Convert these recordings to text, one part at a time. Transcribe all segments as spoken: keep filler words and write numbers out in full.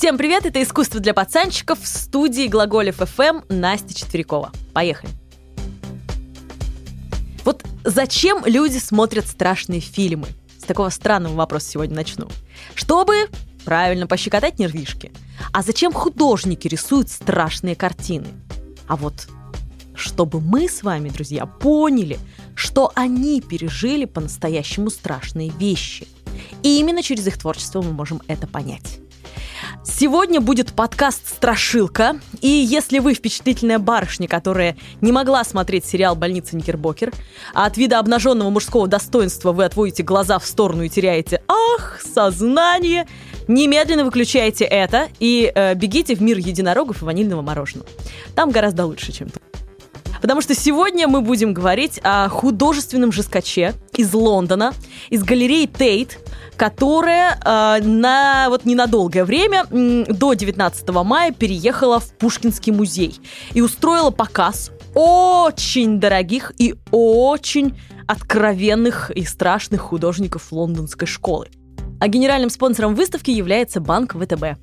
Всем привет, это «Искусство для пацанчиков» в студии Глаголев эф эм Настя Четверякова. Поехали. Вот зачем люди смотрят страшные фильмы? С такого странного вопроса сегодня начну. Чтобы, правильно, пощекотать нервишки. А зачем художники рисуют страшные картины? А вот чтобы мы с вами, друзья, поняли, что они пережили по-настоящему страшные вещи. И именно через их творчество мы можем это понять. Сегодня будет подкаст «Страшилка», и если вы впечатлительная барышня, которая не могла смотреть сериал «Больница Никербокер», а от вида обнаженного мужского достоинства вы отводите глаза в сторону и теряете «ах, сознание», немедленно выключайте это и э, бегите в мир единорогов и ванильного мороженого. Там гораздо лучше, чем тут. Потому что сегодня мы будем говорить о художественном жесткаче из Лондона, из галереи Тейт, которая э, на, вот ненадолгое время, м, до девятнадцатого мая, переехала в Пушкинский музей и устроила показ очень дорогих и очень откровенных и страшных художников лондонской школы. А генеральным спонсором выставки является банк вэ тэ бэ.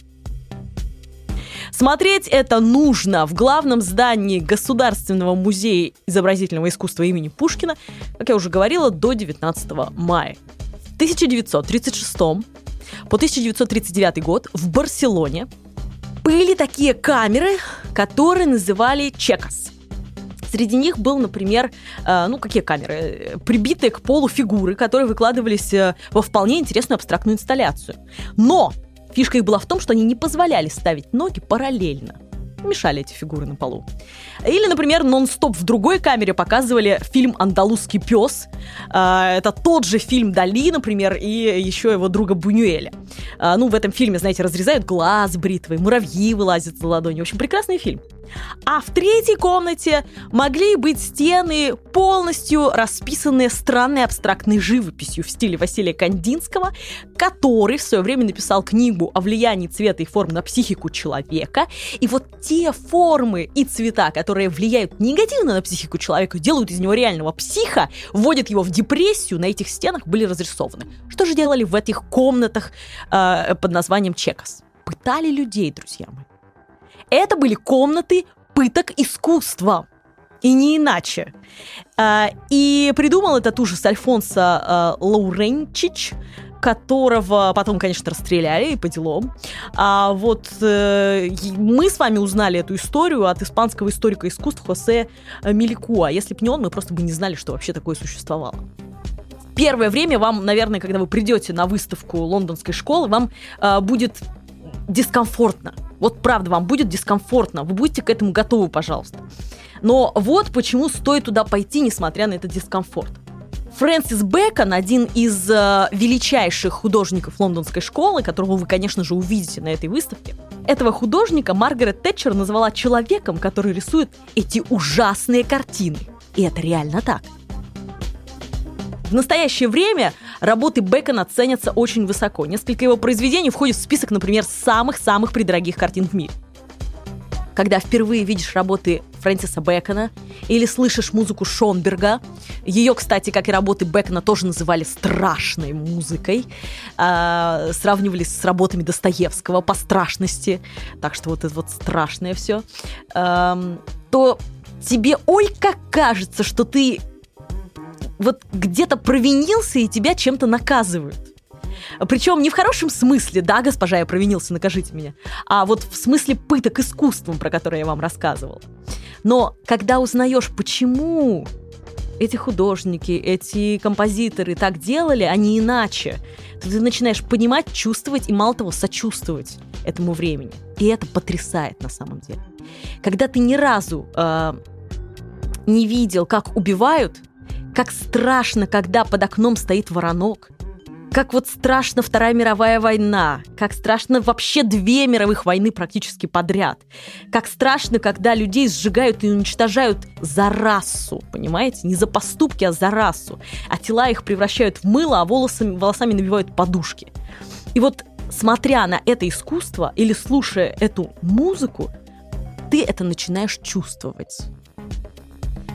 Смотреть это нужно в главном здании Государственного музея изобразительного искусства имени Пушкина, как я уже говорила, до девятнадцатого мая. В тысяча девятьсот тридцать шестом по тысяча девятьсот тридцать девятый год в Барселоне были такие камеры, которые называли чекас. Среди них был, например, э, ну какие камеры? Прибитые к полу фигуры, которые выкладывались э, во вполне интересную абстрактную инсталляцию. Но фишка их была в том, что они не позволяли ставить ноги параллельно. Мешали эти фигуры на полу. Или, например, нон-стоп в другой камере показывали фильм «Андалузский пес». Это тот же фильм Дали, например, и еще его друга Бунюэля. Ну, в этом фильме, знаете, разрезают глаз бритвой, муравьи вылазят за ладони. В общем, прекрасный фильм. А в третьей комнате могли быть стены, полностью расписанные странной абстрактной живописью в стиле Василия Кандинского, который в свое время написал книгу о влиянии цвета и форм на психику человека. И вот те формы и цвета, которые влияют негативно на психику человека, делают из него реального психа, вводят его в депрессию, на этих стенах были разрисованы. Что же делали в этих комнатах э, под названием чекас? Пытали людей, друзья мои. Это были комнаты пыток искусства. И не иначе. И придумал этот ужас Альфонсо Лаурентич, которого потом, конечно, расстреляли и по делам. А вот мы с вами узнали эту историю от испанского историка искусств Хосе Меликуа. Если бы не он, мы просто бы не знали, что вообще такое существовало. Первое время вам, наверное, когда вы придете на выставку лондонской школы, вам будет дискомфортно. Вот правда, вам будет дискомфортно. Вы будете к этому готовы, пожалуйста. Но вот почему стоит туда пойти, несмотря на этот дискомфорт. Фрэнсис Бэкон, один из э, величайших художников лондонской школы, которого вы, конечно же, увидите на этой выставке, этого художника Маргарет Тэтчер назвала человеком, который рисует эти ужасные картины. И это реально так. В настоящее время работы Бэкона ценятся очень высоко. Несколько его произведений входят в список, например, самых-самых предорогих картин в мире. Когда впервые видишь работы Фрэнсиса Бэкона или слышишь музыку Шонберга, ее, кстати, как и работы Бэкона, тоже называли страшной музыкой, э, сравнивали с работами Достоевского по страшности, так что вот это вот страшное все, э, то тебе ой как кажется, что ты вот где-то провинился, и тебя чем-то наказывают. Причем не в хорошем смысле, да, госпожа, я провинился, накажите меня, а вот в смысле пыток искусством, про которое я вам рассказывал. Но когда узнаешь, почему эти художники, эти композиторы так делали, а не иначе, то ты начинаешь понимать, чувствовать и, мало того, сочувствовать этому времени. И это потрясает на самом деле. Когда ты ни разу э, не видел, как убивают, как страшно, когда под окном стоит воронок. Как вот страшно Вторая мировая война. Как страшно вообще две мировых войны практически подряд. Как страшно, когда людей сжигают и уничтожают за расу. Понимаете? Не за поступки, а за расу. А тела их превращают в мыло, а волосами, волосами набивают подушки. И вот смотря на это искусство или слушая эту музыку, ты это начинаешь чувствовать.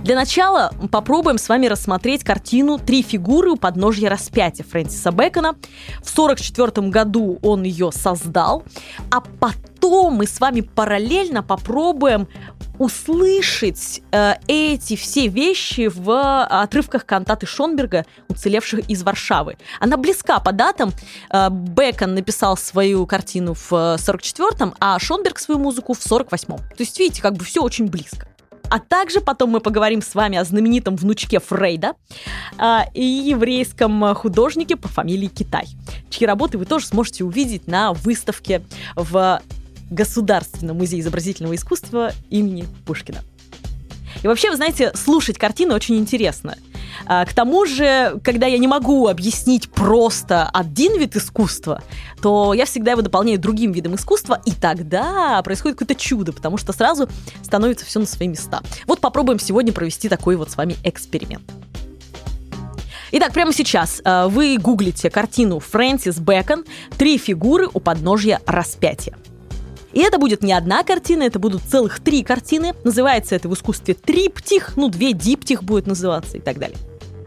Для начала попробуем с вами рассмотреть картину «Три фигуры у подножья распятия» Фрэнсиса Бэкона. В сорок четвёртом году он ее создал, а потом мы с вами параллельно попробуем услышать э, эти все вещи в отрывках кантаты Шонберга «Уцелевших из Варшавы». Она близка по датам. Э, Бэкон написал свою картину в сорок четвёртом, а Шонберг свою музыку в сорок восьмом. То есть, видите, как бы все очень близко. А также потом мы поговорим с вами о знаменитом внучке Фрейда э, и еврейском художнике по фамилии Китай, чьи работы вы тоже сможете увидеть на выставке в Государственном музее изобразительного искусства имени Пушкина. И вообще, вы знаете, слушать картины очень интересно. К тому же, когда я не могу объяснить просто один вид искусства, то я всегда его дополняю другим видом искусства, и тогда происходит какое-то чудо, потому что сразу становится все на свои места. Вот попробуем сегодня провести такой вот с вами эксперимент. Итак, прямо сейчас вы гуглите картину Фрэнсис Бэкон «Три фигуры у подножья распятия». И это будет не одна картина, это будут целых три картины. Называется это в искусстве триптих, ну, две диптих будет называться и так далее.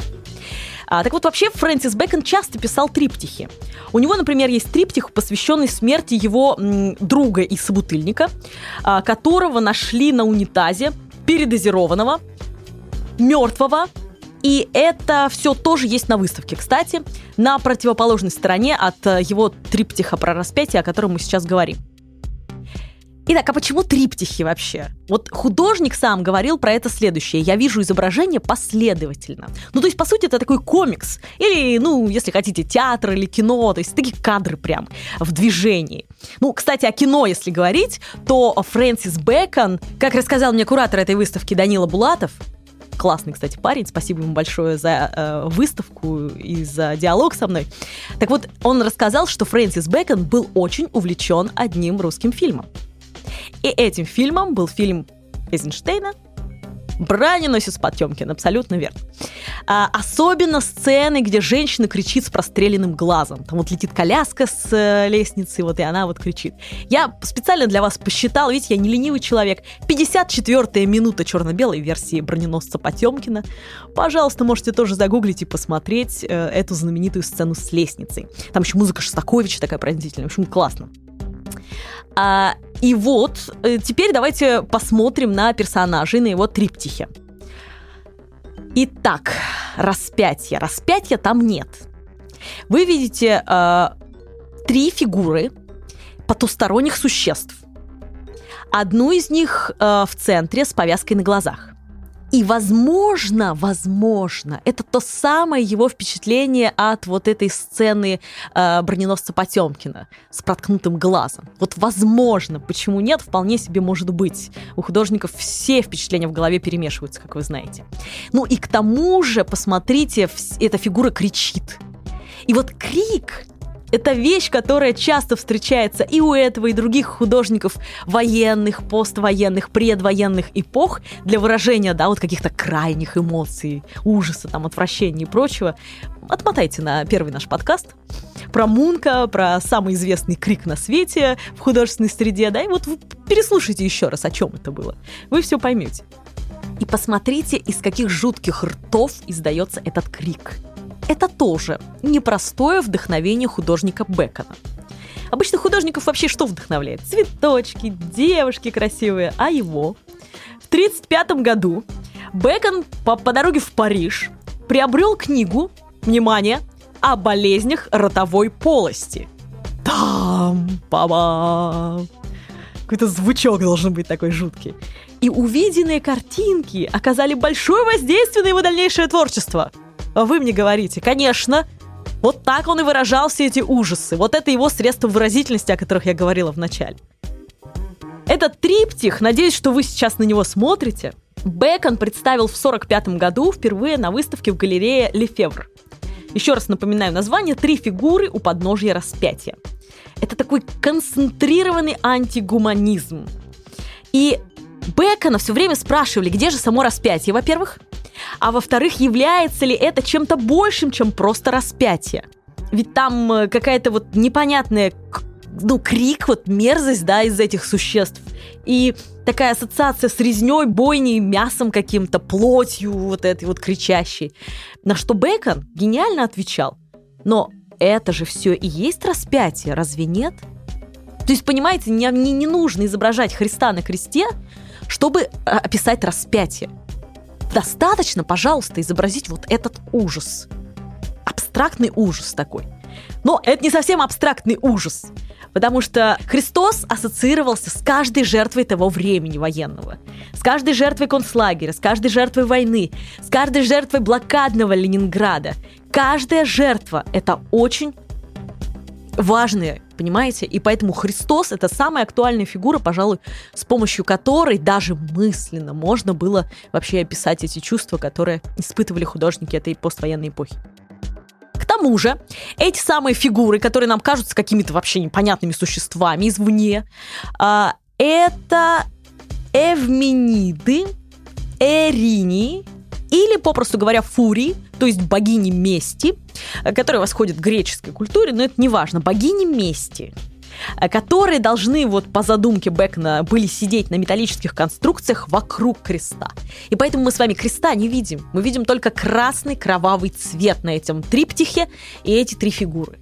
А, так вот, вообще, Фрэнсис Бэкон часто писал триптихи. У него, например, есть триптих, посвященный смерти его м, друга и собутыльника, а, которого нашли на унитазе, передозированного, мертвого. И это все тоже есть на выставке, кстати, на противоположной стороне от его триптиха про распятие, о котором мы сейчас говорим. Итак, а почему триптихи вообще? Вот художник сам говорил про это следующее. Я вижу изображение последовательно. Ну, то есть, по сути, это такой комикс. Или, ну, если хотите, театр или кино. То есть, такие кадры прям в движении. Ну, кстати, о кино, если говорить, то Фрэнсис Бэкон, как рассказал мне куратор этой выставки Данила Булатов, классный, кстати, парень, спасибо ему большое за э, выставку и за диалог со мной. Так вот, он рассказал, что Фрэнсис Бэкон был очень увлечен одним русским фильмом. И этим фильмом был фильм Эйзенштейна «Броненосец Потемкин», абсолютно верно. А, особенно сцены, где женщина кричит с простреленным глазом. Там вот летит коляска с э, лестницы, вот и она вот кричит. Я специально для вас посчитала, видите, я не ленивый человек. пятьдесят четвёртая минута черно-белой версии «Броненосца Потемкина». Пожалуйста, можете тоже загуглить и посмотреть э, эту знаменитую сцену с лестницей. Там еще музыка Шостаковича такая пронзительная, в общем, классно. А, и вот, теперь давайте посмотрим на персонажей, на его триптихе. Итак, распятие. Распятия там нет. Вы видите э, три фигуры потусторонних существ. Одну из них э, в центре с повязкой на глазах. И, возможно, возможно, это то самое его впечатление от вот этой сцены э, броненосца Потемкина с проткнутым глазом. Вот, возможно, почему нет, вполне себе может быть. У художников все впечатления в голове перемешиваются, как вы знаете. Ну и к тому же, посмотрите, эта фигура кричит. И вот крик... Это вещь, которая часто встречается и у этого, и других художников военных, поствоенных, предвоенных эпох для выражения, да, вот каких-то крайних эмоций, ужаса, там, отвращения и прочего. Отмотайте на первый наш подкаст про Мунка, про самый известный крик на свете в художественной среде, да, и вот вы переслушайте еще раз, о чем это было. Вы все поймете. И посмотрите, из каких жутких ртов издается этот крик. Это тоже непростое вдохновение художника Бэкона. Обычно художников вообще что вдохновляет? Цветочки, девушки красивые. А его в тридцать пятом году Бэкон по, по дороге в Париж приобрел книгу, внимание, о болезнях ротовой полости. Там, па-бам! Какой-то звучок должен быть такой жуткий. И увиденные картинки оказали большое воздействие на его дальнейшее творчество. А вы мне говорите, конечно, вот так он и выражал все эти ужасы. Вот это его средства выразительности, о которых я говорила в начале. Этот триптих, надеюсь, что вы сейчас на него смотрите, Бэкон представил в сорок пятом году впервые на выставке в галерее Лефевр. Еще раз напоминаю название «Три фигуры у подножья распятия». Это такой концентрированный антигуманизм. И Бэкона все время спрашивали, где же само распятие, во-первых, а во-вторых, является ли это чем-то большим, чем просто распятие. Ведь там какая-то вот непонятная ну, крик, вот мерзость, да, из этих существ. И такая ассоциация с резней, бойней, мясом каким-то, плотью вот этой вот кричащей. На что Бэкон гениально отвечал: но это же все и есть распятие, разве нет? То есть, понимаете, мне не, не нужно изображать Христа на кресте, чтобы описать распятие. Достаточно, пожалуйста, изобразить вот этот ужас. Абстрактный ужас такой. Но это не совсем абстрактный ужас, потому что Христос ассоциировался с каждой жертвой того времени военного, с каждой жертвой концлагеря, с каждой жертвой войны, с каждой жертвой блокадного Ленинграда. Каждая жертва – это очень важная, понимаете? И поэтому Христос – это самая актуальная фигура, пожалуй, с помощью которой даже мысленно можно было вообще описать эти чувства, которые испытывали художники этой поствоенной эпохи. К тому же, эти самые фигуры, которые нам кажутся какими-то вообще непонятными существами извне, это эвмениды, эринии, или, попросту говоря, фурии, то есть богини мести, которые восходят к греческой культуре, но это не важно, богини мести, которые должны, вот по задумке Бэкона, были сидеть на металлических конструкциях вокруг креста. И поэтому мы с вами креста не видим. Мы видим только красный кровавый цвет на этом триптихе и эти три фигуры.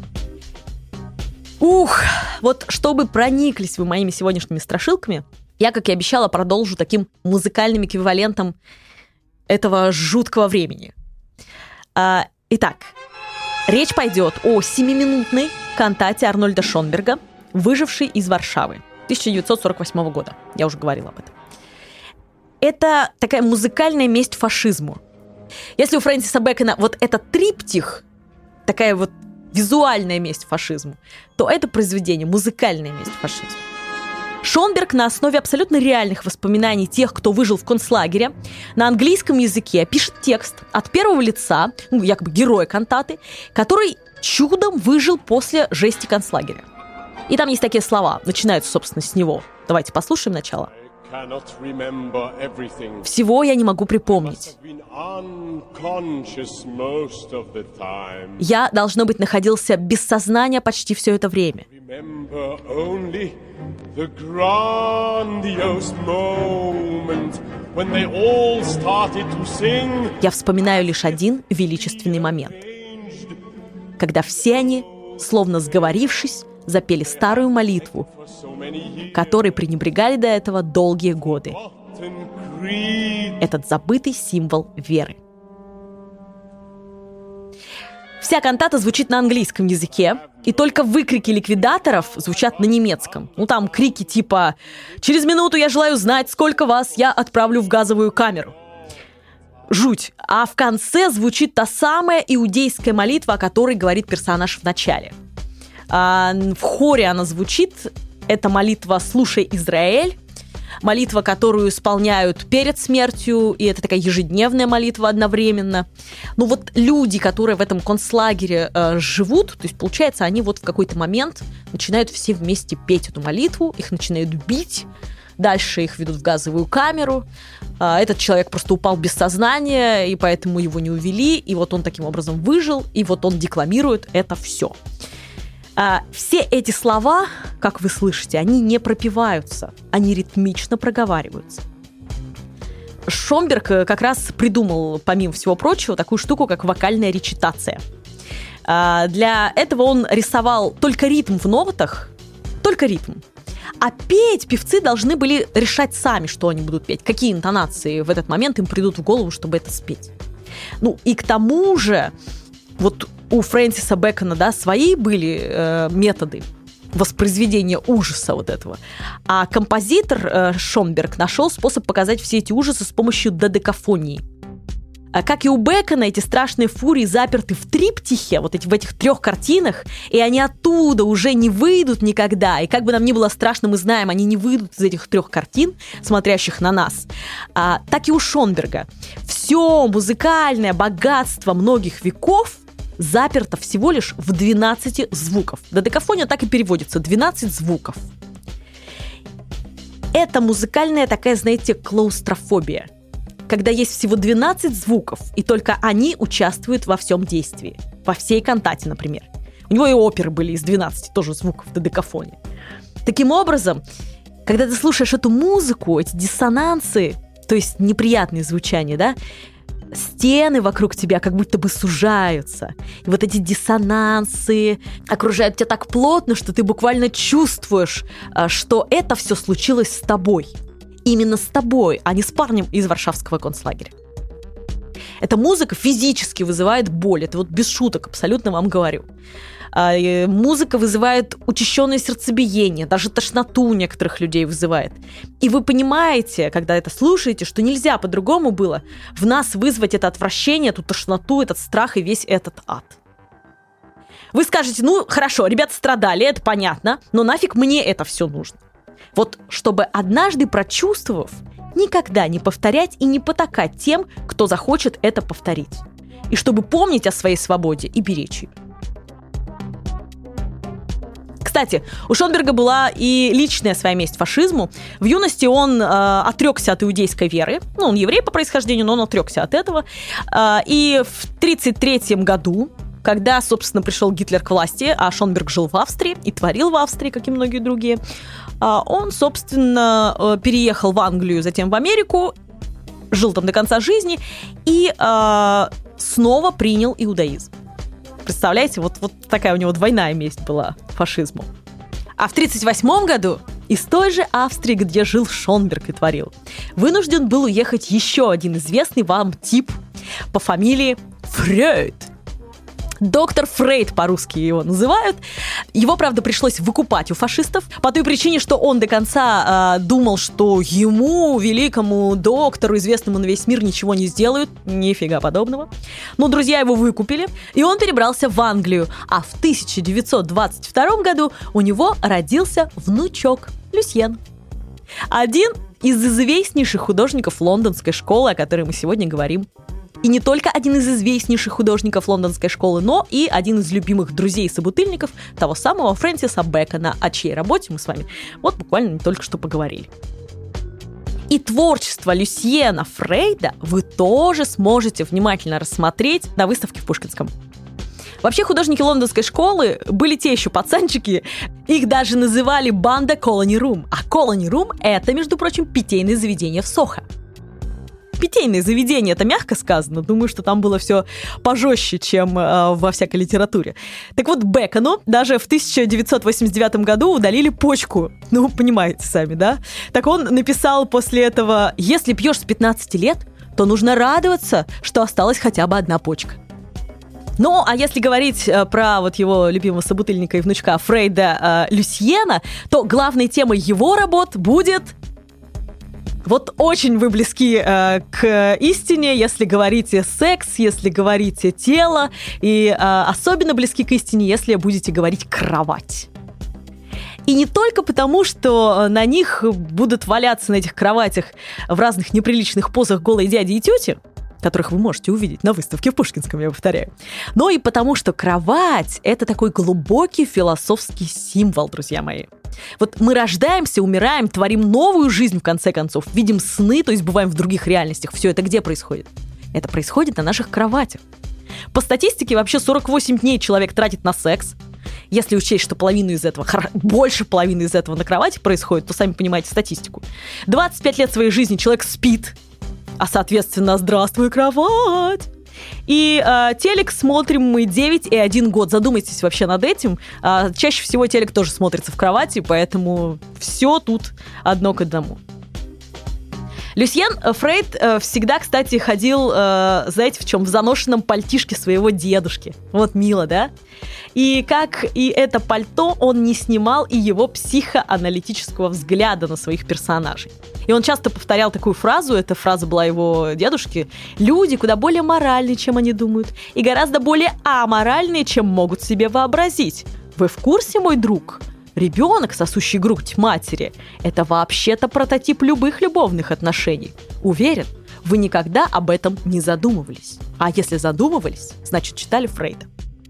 Ух, вот чтобы прониклись вы моими сегодняшними страшилками, я, как и обещала, продолжу таким музыкальным эквивалентом этого жуткого времени. Итак, речь пойдет о семиминутной кантате Арнольда Шонберга «Выживший из Варшавы» тысяча девятьсот сорок восьмого года. Я уже говорила об этом. Это такая музыкальная месть фашизму. Если у Фрэнсиса Бэкона вот этот триптих, такая вот визуальная месть фашизму, то это произведение музыкальная месть фашизму. Шонберг на основе абсолютно реальных воспоминаний тех, кто выжил в концлагере, на английском языке пишет текст от первого лица, ну, якобы героя кантаты, который чудом выжил после жести концлагеря. И там есть такие слова, начинаются, собственно, с него. Давайте послушаем начало. «Всего я не могу припомнить. Я, должно быть, находился без сознания почти все это время. Я вспоминаю лишь один величественный момент, когда все они, словно сговорившись, запели старую молитву, которой пренебрегали до этого долгие годы. Этот забытый символ веры». Вся кантата звучит на английском языке, и только выкрики ликвидаторов звучат на немецком. Ну, там крики типа «Через минуту я желаю знать, сколько вас я отправлю в газовую камеру». Жуть. А в конце звучит та самая иудейская молитва, о которой говорит персонаж в начале. А в хоре она звучит. Это молитва «Слушай, Израиль», молитва, которую исполняют перед смертью, и это такая ежедневная молитва одновременно. Но вот люди, которые в этом концлагере э, живут, то есть, получается, они вот в какой-то момент начинают все вместе петь эту молитву, их начинают бить, дальше их ведут в газовую камеру, э, этот человек просто упал без сознания, и поэтому его не увели, и вот он таким образом выжил, и вот он декламирует это все. А, все эти слова, как вы слышите, они не пропеваются, они ритмично проговариваются. Шонберг как раз придумал, помимо всего прочего, такую штуку, как вокальная речитация. А, для этого он рисовал только ритм в нотах, только ритм. А петь певцы должны были решать сами, что они будут петь, какие интонации в этот момент им придут в голову, чтобы это спеть. Ну и к тому же, вот у Фрэнсиса Бэкона, да, свои были э, методы воспроизведения ужаса вот этого. А композитор э, Шонберг нашел способ показать все эти ужасы с помощью додекафонии. А как и у Бэкона, эти страшные фурии заперты в триптихе, вот эти, в этих трех картинах, и они оттуда уже не выйдут никогда. И как бы нам ни было страшно, мы знаем, они не выйдут из этих трех картин, смотрящих на нас. А, так и у Шонберга. Все музыкальное богатство многих веков заперто всего лишь в двенадцати звуков. Додекафония так и переводится – двенадцать звуков. Это музыкальная такая, знаете, клаустрофобия. Когда есть всего двенадцать звуков, и только они участвуют во всем действии. Во всей кантате, например. У него и оперы были из двенадцати тоже звуков в додекафоне. Таким образом, когда ты слушаешь эту музыку, эти диссонансы, то есть неприятные звучания, да, стены вокруг тебя как будто бы сужаются. И вот эти диссонансы окружают тебя так плотно, что ты буквально чувствуешь, что это все случилось с тобой. Именно с тобой, а не с парнем из варшавского концлагеря. Эта музыка физически вызывает боль. Это вот без шуток абсолютно вам говорю. Музыка вызывает учащенное сердцебиение, даже тошноту у некоторых людей вызывает. И вы понимаете, когда это слушаете, что нельзя по-другому было в нас вызвать это отвращение, эту тошноту, этот страх и весь этот ад. Вы скажете, ну хорошо, ребята страдали, это понятно, но нафиг мне это все нужно? Вот чтобы однажды прочувствовав, никогда не повторять и не потакать тем, кто захочет это повторить. И чтобы помнить о своей свободе и беречь ее. Кстати, у Шонберга была и личная своя месть фашизму. В юности он э, отрекся от иудейской веры. Ну, он еврей по происхождению, но он отрекся от этого. Э, и в тридцать третьем году, когда, собственно, пришел Гитлер к власти, а Шонберг жил в Австрии и творил в Австрии, как и многие другие, э, он, собственно, э, переехал в Англию, затем в Америку, жил там до конца жизни и э, снова принял иудаизм. Представляете, вот, вот такая у него двойная месть была фашизму. А в тридцать восьмом году из той же Австрии, где жил Шонберг и творил, вынужден был уехать еще один известный вам тип по фамилии Фрейд. Доктор Фрейд по-русски его называют. Его, правда, пришлось выкупать у фашистов по той причине, что он до конца э, думал, что ему, великому доктору, известному на весь мир, ничего не сделают. Нифига подобного. Но друзья его выкупили, и он перебрался в Англию. А в тысяча девятьсот двадцать втором году у него родился внучок Люсьен. Один из известнейших художников лондонской школы, о которой мы сегодня говорим. И не только один из известнейших художников лондонской школы, но и один из любимых друзей и собутыльников того самого Фрэнсиса Бэкона, о чьей работе мы с вами вот буквально только что поговорили. И творчество Люсьена Фрейда вы тоже сможете внимательно рассмотреть на выставке в Пушкинском. Вообще художники лондонской школы были те еще пацанчики, их даже называли банда Colony Room. А Colony Room — это, между прочим, питейное заведение в Сохо. Питейное заведение, это мягко сказано. Думаю, что там было все пожестче, чем э, во всякой литературе. Так вот, Бэкону даже в тысяча девятьсот восемьдесят девятом году удалили почку. Ну, понимаете сами, да? Так он написал после этого: если пьешь с пятнадцати лет, то нужно радоваться, что осталась хотя бы одна почка. Ну, а если говорить э, про вот его любимого собутыльника и внучка Фрейда э, Люсьена, то главной темой его работ будет... Вот очень вы близки э, к истине, если говорите секс, если говорите тело, и э, особенно близки к истине, если будете говорить кровать. И не только потому, что на них будут валяться на этих кроватях в разных неприличных позах голые дяди и тети, которых вы можете увидеть на выставке в Пушкинском, я повторяю, но и потому, что кровать – это такой глубокий философский символ, друзья мои. Вот мы рождаемся, умираем, творим новую жизнь, в конце концов, видим сны, то есть бываем в других реальностях. Все это где происходит? Это происходит на наших кроватях. По статистике, вообще сорок восемь дней человек тратит на секс. Если учесть, что половину из этого, больше половины из этого на кровати происходит, то сами понимаете статистику. двадцать пять лет своей жизни человек спит, а, соответственно, здравствуй, кровать! И э, телек смотрим мы девять и один год. Задумайтесь вообще над этим. Э, чаще всего телек тоже смотрится в кровати, поэтому все тут одно к одному. Люсьен Фрейд э, всегда, кстати, ходил, э, знаете, в чем? В заношенном пальтишке своего дедушки. Вот мило, да? И как и это пальто, он не снимал и его психоаналитического взгляда на своих персонажей. И он часто повторял такую фразу, эта фраза была его дедушки: «Люди куда более моральные, чем они думают, и гораздо более аморальные, чем могут себе вообразить. Вы в курсе, мой друг? Ребенок, сосущий грудь матери, это вообще-то прототип любых любовных отношений. Уверен, вы никогда об этом не задумывались. А если задумывались, значит, читали Фрейда».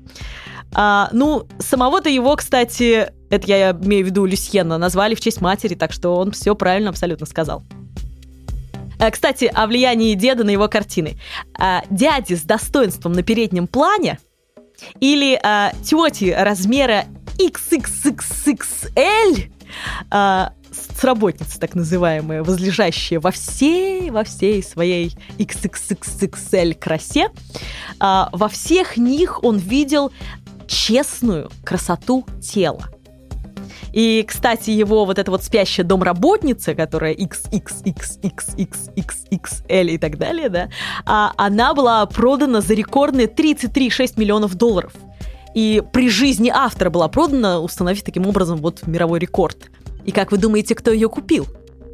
А, ну, самого-то его, кстати, это я имею в виду Люсьена, назвали в честь матери, так что он все правильно абсолютно сказал. А, кстати, о влиянии деда на его картины. А, дяди с достоинством на переднем плане Или э, тети размера икс икс икс икс эль, э, сработницы так называемые, возлежащие во всей, во всей своей икс икс икс икс эль красе, э, во всех них он видел честную красоту тела. И, кстати, его вот эта вот спящая домработница, которая икс икс икс икс икс икс икс эль и так далее, да, она была продана за рекордные тридцать три целых шесть десятых миллионов долларов. И при жизни автора была продана, установив таким образом вот мировой рекорд. И как вы думаете, кто ее купил?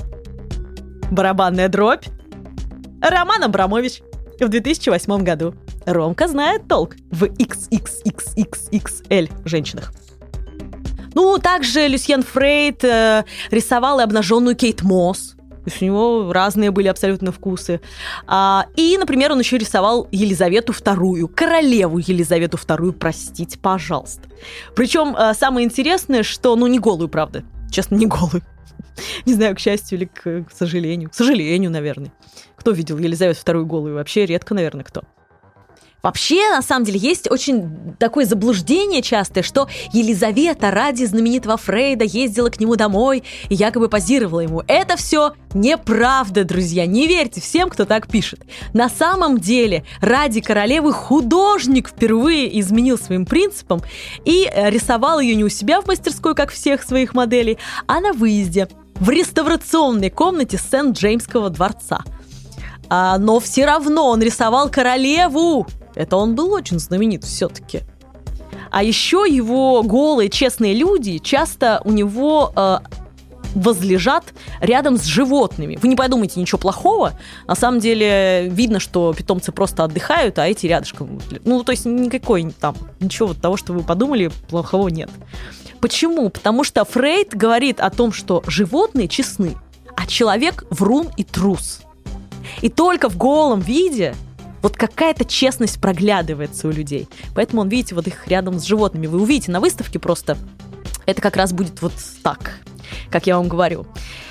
Барабанная дробь. Роман Абрамович в две тысячи восьмом году. Ромка знает толк в икс икс икс икс икс эль женщинах. Ну, также Люсьен Фрейд э, рисовал и обнаженную Кейт Мосс. То есть у него разные были абсолютно вкусы. А, и, например, он еще рисовал Елизавету вторую, королеву Елизавету вторую, простите, пожалуйста. Причем э, самое интересное, что, ну, не голую, правда. Честно, не голую. Не знаю, к счастью или к, к сожалению. К сожалению, наверное. Кто видел Елизавету вторую голую? Вообще редко, наверное, кто. Вообще, на самом деле, есть очень такое заблуждение частое, что Елизавета ради знаменитого Фрейда ездила к нему домой и якобы позировала ему. Это все неправда, друзья. Не верьте всем, кто так пишет. На самом деле, ради королевы художник впервые изменил своим принципам и рисовал ее не у себя в мастерской, как всех своих моделей, а на выезде, в реставрационной комнате Сент-Джеймского дворца. А, но все равно он рисовал королеву. Это он был очень знаменит все-таки. А еще его голые, честные люди часто у него э, возлежат рядом с животными. Вы не подумайте ничего плохого. На самом деле видно, что питомцы просто отдыхают, а эти рядышком. Ну, то есть никакой там, ничего вот того, что вы подумали, плохого нет. Почему? Потому что Фрейд говорит о том, что животные честны, а человек врун и трус. И только в голом виде вот какая-то честность проглядывается у людей. Поэтому он, видите, вот их рядом с животными. Вы увидите на выставке просто. Это как раз будет вот так, как я вам говорю.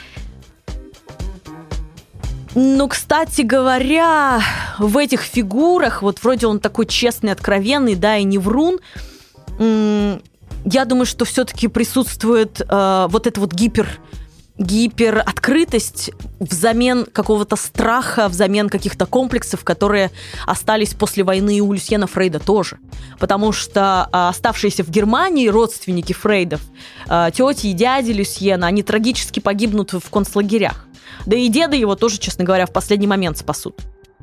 Ну, кстати говоря, в этих фигурах, вот вроде он такой честный, откровенный, да, и не врун, м- я думаю, что все-таки присутствует э, вот это вот гипер... гипероткрытость взамен какого-то страха, взамен каких-то комплексов, которые остались после войны и у Люсьена Фрейда тоже. Потому что а, оставшиеся в Германии родственники Фрейдов, а, тети и дяди Люсьена, они трагически погибнут в концлагерях. Да и деда его тоже, честно говоря, в последний момент спасут.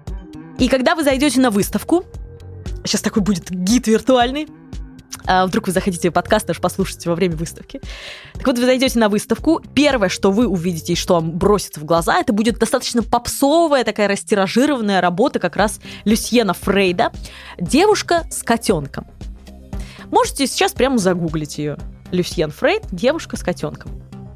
И когда вы зайдете на выставку, сейчас такой будет гид виртуальный, А вдруг вы захотите подкаст наш послушать во время выставки. Так вот, вы зайдете на выставку. Первое, что вы увидите и что вам бросится в глаза, это будет достаточно попсовая, такая растиражированная работа как раз Люсьена Фрейда «Девушка с котенком». Можете сейчас прямо загуглить ее. Люсьен Фрейд «Девушка с котенком».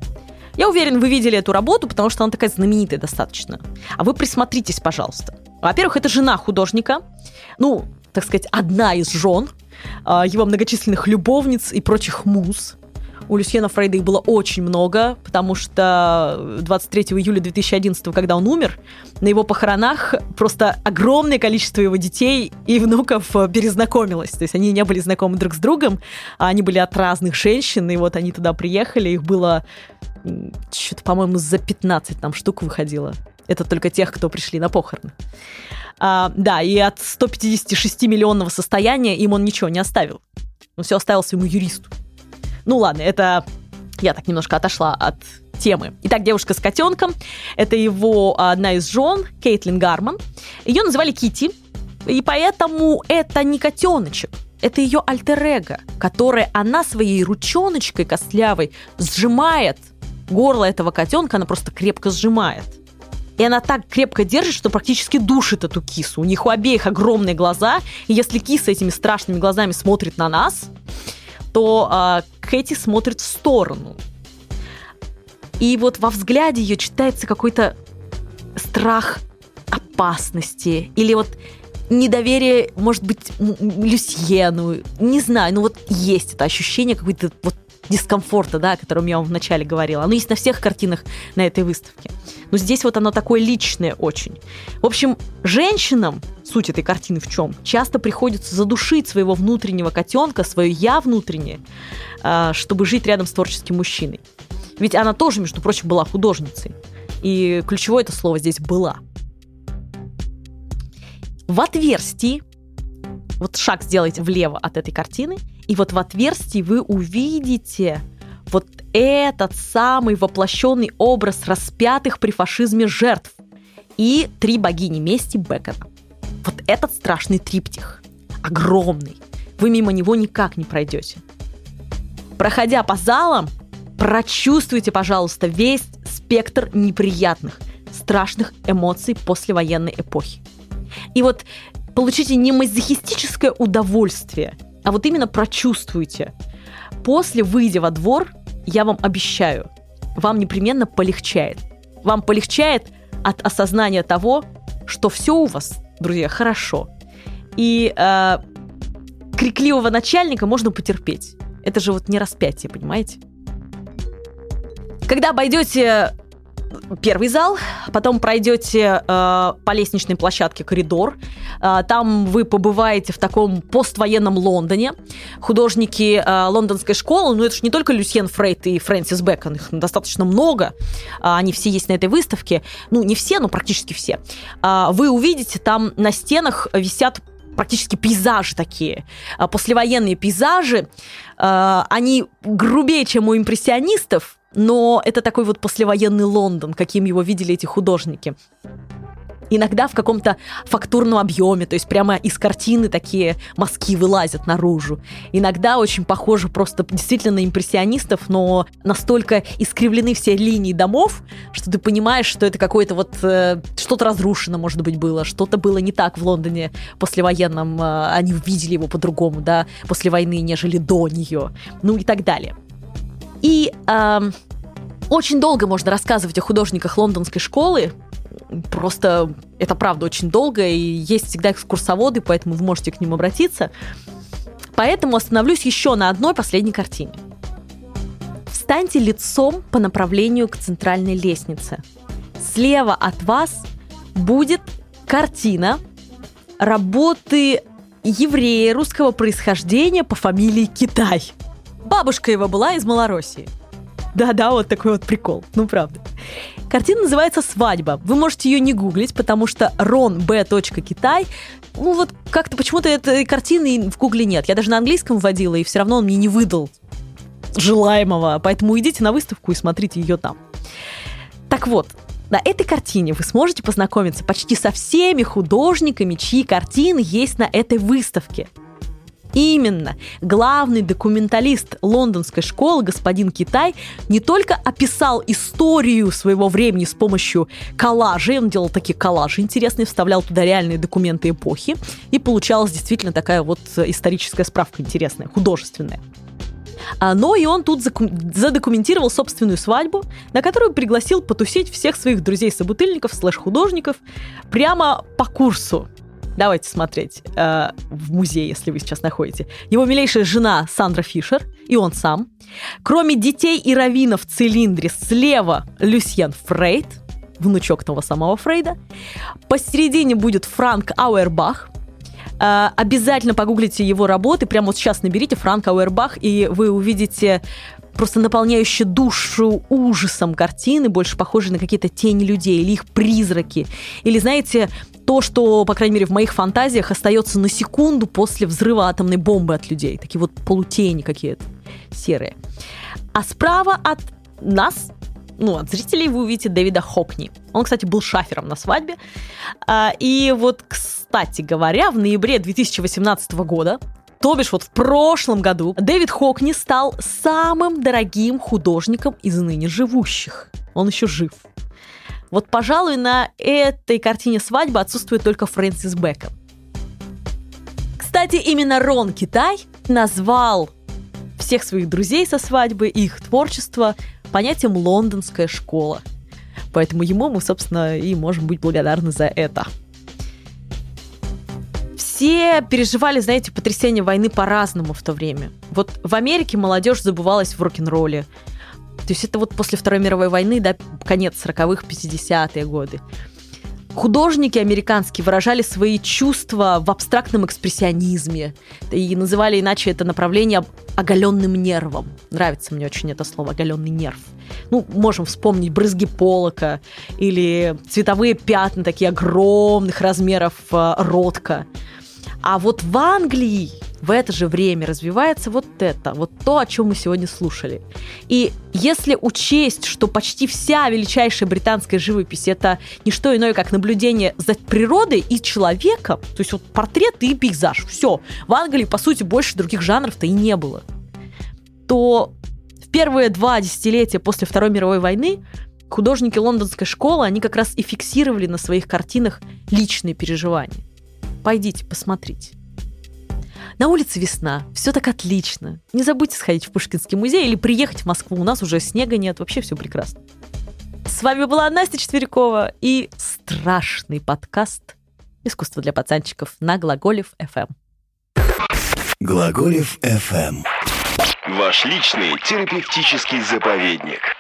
Я уверен, вы видели эту работу, потому что она такая знаменитая достаточно. А вы присмотритесь, пожалуйста. Во-первых, это жена художника. Ну, так сказать, одна из жен его многочисленных любовниц и прочих муз. У Люсьена Фрейда их было очень много, потому что двадцать третьего июля две тысячи одиннадцатого, когда он умер, на его похоронах просто огромное количество его детей и внуков перезнакомилось. То есть они не были знакомы друг с другом, а они были от разных женщин, и вот они туда приехали, их было что-то, по-моему, за пятнадцать там штук выходило. Это только тех, кто пришли на похороны. А, да, и от сто пятьдесят шесть миллионного состояния им он ничего не оставил. Он все оставил своему юристу. Ну ладно, это я так немножко отошла от темы. Итак, девушка с котенком. Это его одна из жен, Кейтлин Гарман. Ее называли Китти, и поэтому это не котеночек. Это ее альтер-эго, которое она своей ручоночкой костлявой сжимает горло этого котенка, она просто крепко сжимает. И она так крепко держит, что практически душит эту кису. У них у обеих огромные глаза, и если киса этими страшными глазами смотрит на нас, то а, Кэти смотрит в сторону. И вот во взгляде ее читается какой-то страх опасности. Или вот недоверие, может быть, Люсьену. Не знаю, но вот есть это ощущение какой-то вот дискомфорта, да, о котором я вам вначале говорила. Оно есть на всех картинах на этой выставке. Но здесь вот оно такое личное очень. В общем, женщинам, суть этой картины в чем? Часто приходится задушить своего внутреннего котенка, свое «я» внутреннее, чтобы жить рядом с творческим мужчиной. Ведь она тоже, между прочим, была художницей. И ключевое это слово здесь «была». В отверстии, вот шаг сделайте влево от этой картины, и вот в отверстии вы увидите вот этот самый воплощенный образ распятых при фашизме жертв и три богини мести Бекона. Вот этот страшный триптих, огромный, вы мимо него никак не пройдете. Проходя по залам, прочувствуйте, пожалуйста, весь спектр неприятных, страшных эмоций послевоенной эпохи. И вот получите не мазохистическое удовольствие, а вот именно прочувствуйте. После, выйдя во двор, я вам обещаю, вам непременно полегчает. Вам полегчает от осознания того, что все у вас, друзья, хорошо. И э, крикливого начальника можно потерпеть. Это же вот не распятие, понимаете? Когда обойдете первый зал, потом пройдете э, по лестничной площадке коридор, э, там вы побываете в таком поствоенном Лондоне. Художники э, лондонской школы, ну это же не только Люсьен Фрейд и Фрэнсис Бэкон, их достаточно много, э, они все есть на этой выставке, ну не все, но практически все. Э, вы увидите, там на стенах висят практически пейзажи такие, послевоенные пейзажи, э, они грубее, чем у импрессионистов, но это такой вот послевоенный Лондон, каким его видели эти художники. Иногда в каком-то фактурном объеме, то есть прямо из картины такие мазки вылазят наружу. Иногда очень похоже просто действительно на импрессионистов, но настолько искривлены все линии домов, что ты понимаешь, что это какое-то вот э, что-то разрушено, может быть, было, что-то было не так в Лондоне послевоенном, э, они увидели его по-другому, да, после войны, нежели до нее, ну и так далее. И э, очень долго можно рассказывать о художниках лондонской школы. Просто это правда очень долго, и есть всегда экскурсоводы, поэтому вы можете к ним обратиться. Поэтому остановлюсь еще на одной последней картине. Встаньте лицом по направлению к центральной лестнице. Слева от вас будет картина работы еврея русского происхождения по фамилии Китай. Бабушка его была из Малороссии. Да-да, вот такой вот прикол. Ну, правда. Картина называется «Свадьба». Вы можете ее не гуглить, потому что Рон Б. Китай, ну вот как-то почему-то этой картины в гугле нет. Я даже на английском вводила, и все равно он мне не выдал желаемого. Поэтому идите на выставку и смотрите ее там. Так вот, на этой картине вы сможете познакомиться почти со всеми художниками, чьи картины есть на этой выставке. Именно главный документалист лондонской школы, господин Китай, не только описал историю своего времени с помощью коллажей, он делал такие коллажи интересные, вставлял туда реальные документы эпохи, и получалась действительно такая вот историческая справка интересная, художественная. Но и он тут задокументировал собственную свадьбу, на которую пригласил потусить всех своих друзей-собутыльников, слэш-художников, прямо по курсу. Давайте смотреть э, в музее, если вы сейчас находите. Его милейшая жена Сандра Фишер и он сам. Кроме детей и раввинов в цилиндре слева Люсьен Фрейд, внучок того самого Фрейда. Посередине будет Франк Ауэрбах. Э, обязательно погуглите его работы. Прямо вот сейчас наберите Франк Ауэрбах, и вы увидите просто наполняющие душу ужасом картины, больше похожие на какие-то тени людей или их призраки. Или, знаете, то, что, по крайней мере, в моих фантазиях остается на секунду после взрыва атомной бомбы от людей. Такие вот полутени какие-то серые. А справа от нас, ну, от зрителей, вы увидите Дэвида Хокни. Он, кстати, был шафером на свадьбе. И вот, кстати говоря, в ноябре две тысячи восемнадцатого года, то бишь вот в прошлом году, Дэвид Хокни стал самым дорогим художником из ныне живущих. Он еще жив. Вот, пожалуй, на этой картине «Свадьба» отсутствует только Фрэнсис Бэкон. Кстати, именно Рон Китай назвал всех своих друзей со свадьбы и их творчество понятием «лондонская школа». Поэтому ему мы, собственно, и можем быть благодарны за это. все переживали, знаете, потрясение войны по-разному в то время. Вот в Америке молодежь забывалась в рок-н-ролле. То есть это вот после Второй мировой войны, да, конец сороковых, пятидесятые годы. Художники американские выражали свои чувства в абстрактном экспрессионизме и называли иначе это направление оголенным нервом. Нравится мне очень это слово «оголенный нерв». Ну, можем вспомнить брызги Поллока или цветовые пятна такие огромных размеров Ротко. А вот в Англии в это же время развивается вот это, вот то, о чем мы сегодня слушали. И если учесть, что почти вся величайшая британская живопись – это не что иное, как наблюдение за природой и человеком, то есть вот портрет и пейзаж, все. В Англии, по сути, больше других жанров-то и не было. То в первые два десятилетия после Второй мировой войны художники лондонской школы, они как раз и фиксировали на своих картинах личные переживания. Пойдите, посмотрите. На улице весна, все так отлично. Не забудьте сходить в Пушкинский музей или приехать в Москву. У нас уже снега нет, вообще все прекрасно. С вами была Настя Четверякова и страшный подкаст «Искусство для пацанчиков» на Глаголев эф эм. Глаголев эф эм. Ваш личный терапевтический заповедник.